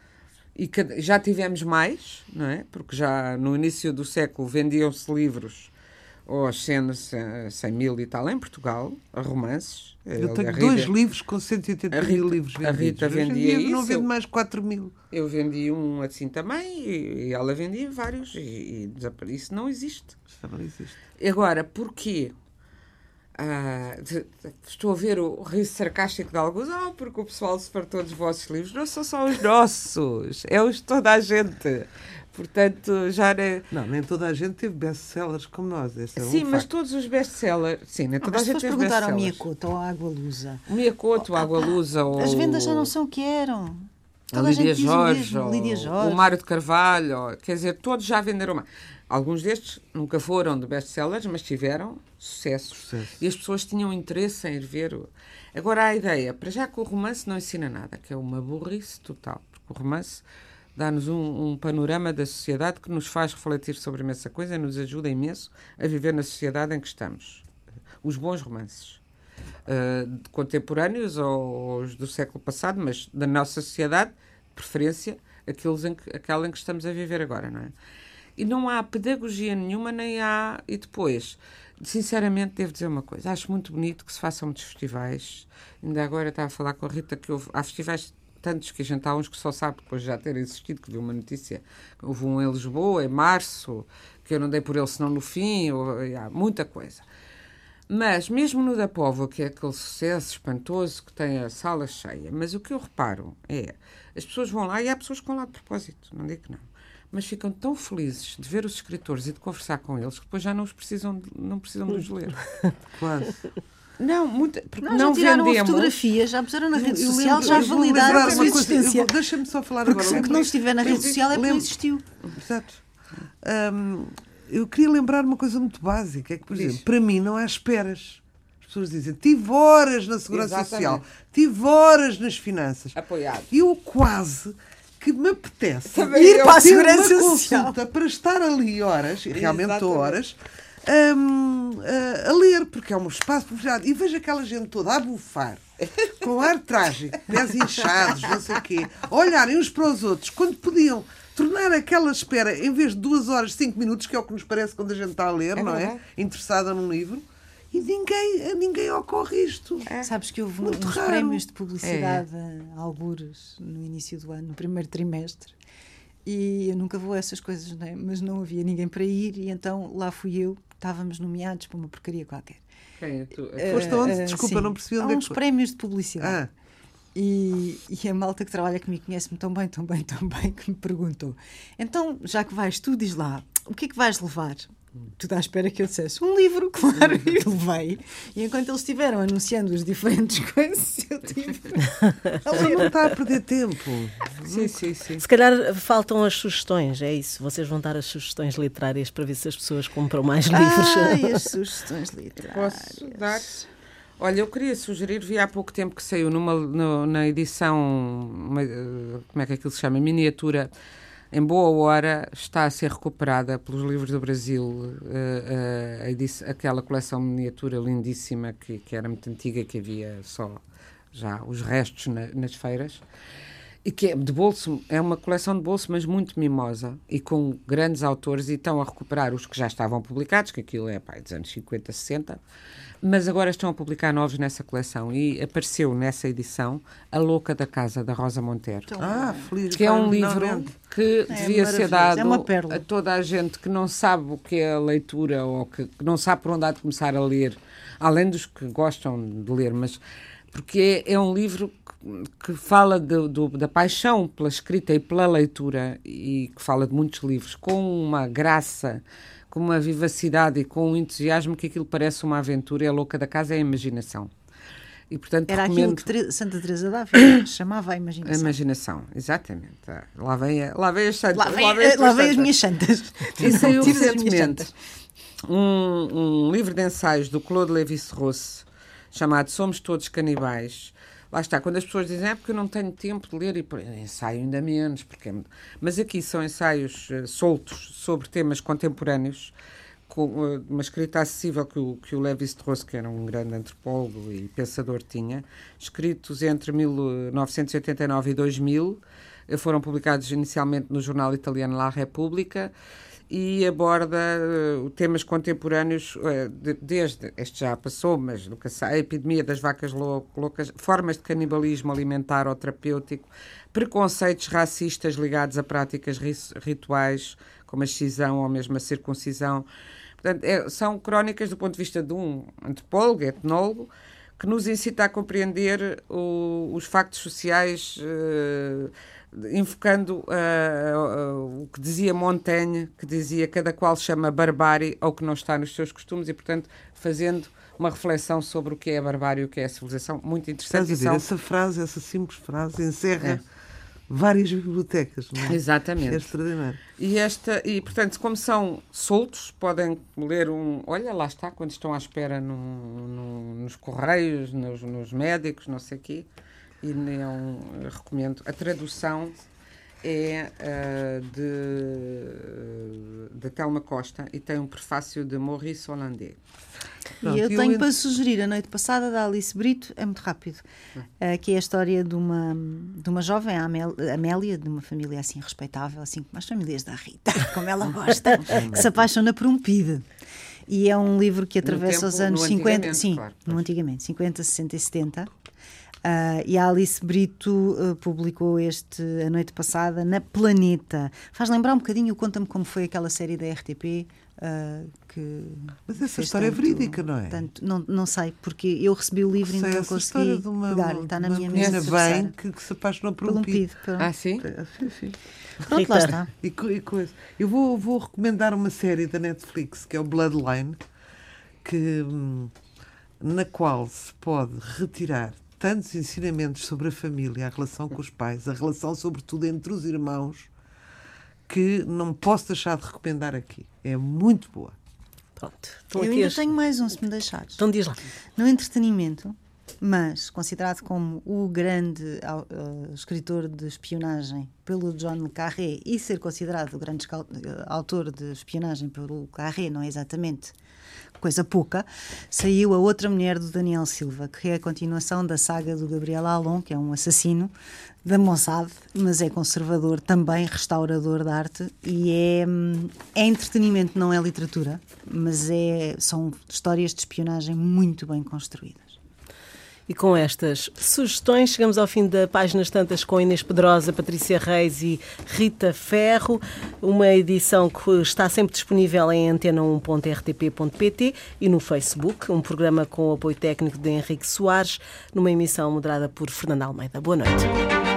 e que já tivemos mais, não é? Porque já no início do século vendiam-se livros aos cem mil e tal em Portugal, a romances. Eu tenho a dois Rita, livros com cento e oitenta mil livros vendidos. a Rita Hoje em vendia dia não isso, vendo eu- mais quatro mil. Eu vendi um assim também e, e ela vendia vários e, e desapare- isso não existe. Isto não existe. Agora, porquê? Ah, de- de- estou a ver o riso sarcástico de alguns. Ah, porque o pessoal se fartou dos vossos livros. Não são só os nossos, é os de toda a gente. Portanto, já... Não... Não, nem toda a gente teve best-sellers como nós. Esse é um Sim, mas facto. todos os best-sellers... Sim, nem Não, toda mas a se gente fores teve perguntar ao best-sellers. Miyakoto ou à Água Lusa, O Miyakoto, o Água Lusa, ou... as vendas já não são o que eram. A Toda a Lídia gente diz o Jorge, mesmo, ou Lídia Jorge. o Mário de Carvalho, ou- quer dizer, todos já venderam mais. Alguns destes nunca foram de best-sellers, mas tiveram sucesso. Sucesso. E as pessoas tinham interesse em ir ver. o- Agora, a ideia, para já que o romance não ensina nada, que é uma burrice total, porque o romance dá-nos um, um panorama da sociedade que nos faz refletir sobre imensa coisa e nos ajuda imenso a viver na sociedade em que estamos. Os bons romances. Uh, contemporâneos ou os do século passado, mas da nossa sociedade, de preferência, aqueles em que, aquela em que estamos a viver agora, não é? E não há pedagogia nenhuma, nem há... E depois, sinceramente, devo dizer uma coisa. Acho muito bonito que se façam muitos festivais. Ainda agora estava a falar com a Rita que houve, há festivais tantos que a gente há uns que só sabe depois de já ter existido, que viu uma notícia. Houve um em Lisboa, em março, que eu não dei por ele senão no fim. Ou, e há muita coisa. Mas, mesmo no da Póvoa, que é aquele sucesso espantoso que tem a sala cheia, mas o que eu reparo é, as pessoas vão lá, e há pessoas que vão lá de propósito, não digo que não, mas ficam tão felizes de ver os escritores e de conversar com eles, que depois já não os precisam, de, não precisam de os ler. Quase. Não, muita, porque Não, não, já tiraram a vendemos. fotografia, já puseram na rede Eu social, lembro- já eu vou validaram lembrar a sua uma coisa, eu existência. vou- Deixa-me só falar Porque agora. se não estiver na rede Lembro- social é porque não lembro- existiu. Exato. Hum, eu queria lembrar uma coisa muito básica, é que, por Diz. exemplo, para mim não há esperas. As pessoas dizem, tive horas na Segurança Exatamente. Social, tive horas nas finanças. Apoiado. E eu quase que me apetece Também ir eu. para a Ter Segurança uma Social consulta para estar ali horas, e realmente estou Exatamente. horas, hum, a, a ler, porque é um espaço privilegiado. E vejo aquela gente toda a bufar, com ar trágico, pés inchados, não sei o quê, a olharem uns para os outros, quando podiam tornar aquela espera, em vez de duas horas, cinco minutos, que é o que nos parece quando a gente está a ler, É não é? verdade. Interessada num livro. E ninguém, a ninguém ocorre isto. É. Sabes que houve Muito uns raro. prémios de publicidade É. a algures no início do ano, no primeiro trimestre, e eu nunca vou a essas coisas, não é? Mas não havia ninguém para ir, e então lá fui eu, estávamos nomeados para uma porcaria qualquer. Quem é tu? Foste aonde? Uh, Desculpa, sim, não percebi há onde é uns que foi. prémios de publicidade. Ah, E, e a malta que trabalha comigo conhece-me tão bem, tão bem, tão bem, que me perguntou: então, já que vais tu, diz lá, o que é que vais levar? Tudo à espera que eu dissesse um livro, claro, e levei. E enquanto eles estiveram anunciando as diferentes coisas, eu tive. ela não está a perder tempo. Sim, sim, sim. Se calhar faltam as sugestões, é isso. Vocês vão dar as sugestões literárias para ver se as pessoas compram mais livros. Ai, as sugestões literárias. Posso dar? Olha, eu queria sugerir, vi há pouco tempo que saiu numa, no, na edição, uma, como é que aquilo se chama? Miniatura, em boa hora, está a ser recuperada pelos Livros do Brasil, uh, uh, a edição, aquela coleção miniatura lindíssima, que, que era muito antiga, que havia só já os restos na, nas feiras. E que é de bolso, é uma coleção de bolso, mas muito mimosa e com grandes autores, e estão a recuperar os que já estavam publicados, que aquilo é pá, dos anos cinquenta, sessenta, mas agora estão a publicar novos nessa coleção. E apareceu nessa edição A Louca da Casa, da Rosa Monteiro. Então, Ah, feliz. Que é um livro finalmente. que É devia ser maravilhoso, dado é uma pérola. a toda a gente que não sabe o que é a leitura ou que, que não sabe por onde há de começar a ler, além dos que gostam de ler, mas porque é, é um livro que, que fala de, do, da paixão pela escrita e pela leitura, e que fala de muitos livros, com uma graça, com uma vivacidade e com um entusiasmo que aquilo parece uma aventura. É a Louca da Casa, é a imaginação. E, portanto, Era recomendo... aquilo que Tere- Santa Teresa d'Ávila chamava a imaginação. A imaginação, exatamente. Ah, Lá vem, a, lá vem as santas. Lá vem, lá vem as lá tuas vem as santas. minhas santas. E saiu Tira as minhas recentemente santas. um, um livro de ensaios do Claude Lévi-Strauss chamado Somos Todos Canibais. Lá está, quando as pessoas dizem é porque eu não tenho tempo de ler, e por- ensaio ainda menos, porque é... mas aqui são ensaios uh, soltos sobre temas contemporâneos, com uh, uma escrita acessível que o, que o Lévi-Strauss, que era um grande antropólogo e pensador, tinha, escritos entre mil novecentos e oitenta e nove e dois mil, uh, foram publicados inicialmente no jornal italiano La Repubblica, e aborda uh, temas contemporâneos, uh, de, desde, este já passou, mas nunca sei, a epidemia das vacas lou- loucas, formas de canibalismo alimentar ou terapêutico, preconceitos racistas ligados a práticas ri- rituais, como a excisão ou mesmo a circuncisão. Portanto, é, são crónicas do ponto de vista de um antropólogo, etnólogo, que nos incita a compreender o, os factos sociais, uh, invocando uh, uh, uh, o que dizia Montaigne, que dizia cada qual chama barbárie ao que não está nos seus costumes, e, portanto, fazendo uma reflexão sobre o que é a barbárie e o que é a civilização. Muito Estás interessante. a E ver, são- essa frase, essa simples frase, encerra É. várias bibliotecas. Não é? Exatamente. É extraordinário. E, esta, e, portanto, como são soltos, podem ler um... Olha, lá está, quando estão à espera no, no, nos correios, nos, nos médicos, não sei o quê. E não recomendo. A tradução é uh, de, de Telma Costa e tem um prefácio de Maurice Hollandais. Pronto, E eu e tenho o- para sugerir a noite passada da Alice Brito, é muito rápido, eh, que é a história de uma, de uma jovem, a Amel- Amélia, de uma família assim respeitável, assim como as famílias da Rita, como ela gosta, que se apaixona por um pide. E é um livro que atravessa tempo- os anos no cinquenta, antigamente, sim, claro, no pois. antigamente, cinquenta, sessenta e setenta. Ah, e a Alice Brito uh, publicou este a noite passada na Planeta. Faz lembrar um bocadinho o Conta-me Como Foi, aquela série da R T P uh, que Mas essa fez história é tanto- verídica, não é? tanto- não, não sei, porque eu recebi o livro e Sei ainda não essa história consegui de uma, pegar. Está na de uma minha menina mesa de bem cabeceira. que, que se apaixonou por Pelo um um pide. pide. Pronto, Ah, sim? É, sim, sim. Pronto, Rita. lá está. E, co- e coisa. Eu vou, vou recomendar uma série da Netflix que é o Bloodline, que, hum, na qual se pode retirar tantos ensinamentos sobre a família, a relação com os pais, a relação sobretudo entre os irmãos, que não posso deixar de recomendar aqui. É muito boa. Pronto. Estão Eu aqui ainda as- tenho mais um, se me deixares. Então diz lá. No entretenimento, mas considerado como o grande au- uh, escritor de espionagem pelo John le Carré, e ser considerado o grande escal- uh, autor de espionagem pelo Carré, não é exatamente coisa pouca, saiu A Outra Mulher, do Daniel Silva, que é a continuação da saga do Gabriel Allon, que é um assassino da Mossad, mas é conservador, também restaurador de arte, e é, é entretenimento, não é literatura, mas é, são histórias de espionagem muito bem construídas. E com estas sugestões chegamos ao fim da Páginas Tantas com Inês Pedrosa, Patrícia Reis e Rita Ferro, uma edição que está sempre disponível em antena um ponto r t p ponto p t e no Facebook, um programa com o apoio técnico de Henrique Soares, numa emissão moderada por Fernanda Almeida. Boa noite.